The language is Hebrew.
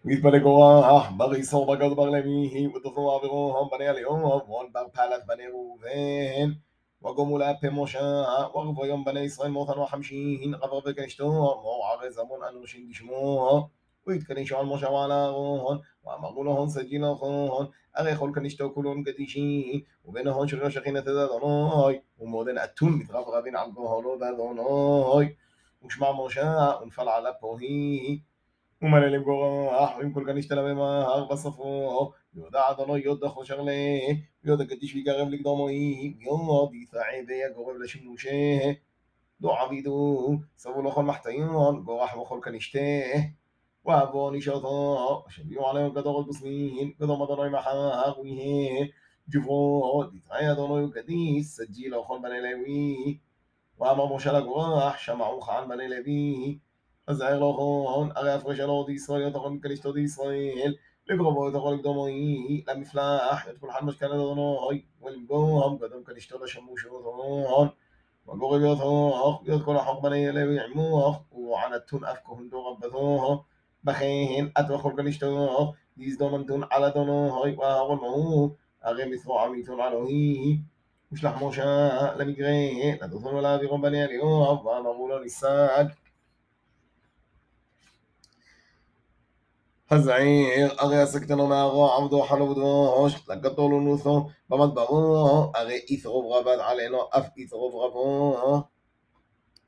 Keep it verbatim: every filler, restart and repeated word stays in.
ויתפלא קורח, בר איסור בגד בר לוי, ותוסו עבירו בני אליהו, ועון בר פלת בני ראובן, וגומו לאפה משה, ורבו יום בני ישראל מותן וחמשין, רב רבי כנשתו, מור ערי זמון אנושין בשמו, ויתקנישו על משה ועל אהרון, ואמרו לו הון סג'י לחון, הרי כל כנשתו כולון קדישי, ובין ההון של שכינת את אדוני, ומודן אתון מתרברבין על גוהלו באדוני, ושמע משה, ונפל על אפוהי, ומלא למגורח, ועם כל כאן השתלם במהר בספרו, ויודע אדוני יודע חושר לה, ויודע קדיש ויגרב לקדומוי, ויוד יתרעה ויגורב לשימושה, דו עבידו, סבו לכל מחטיון, גורח וכל כאן ישתה, ואבו נשאתו, שביעו עליהם גדור על בסמין, קדום אדוני מחר, ויהה, ג'ברו, יתרעה אדוני וקדיש, סג'י לכל בני לוי, ואמר משה לגורח, שמעוך על בני לוי, הזער לו הון, הרי הפרש על עוד ישראל, יתכון מקנישת עוד ישראל, לקרובו יתכון לקדומוי, למפלח, את פולחן משכן אדוני, ולגום, קדם קנישתו לשמוש הון, וגורב יתוך, יות כל החוק בני לוי עמוך, וענתון אף כהן דור רבתו, בכן, את וכל קנישתו, יזדום אנתון על אדוני, ואהרון מהו, הרי מצרו עמיתון אלוהי, ושלח משה למגרה, לדותנו להעבירון בני אליהו, ואמרו לו ניסג, הזעיר, הרי עסקתנו מהרוע עבדו חלו ודבוש, לקטו לו נוסו במדברו, הרי ישרוב רבד עלינו אף ישרוב רבו,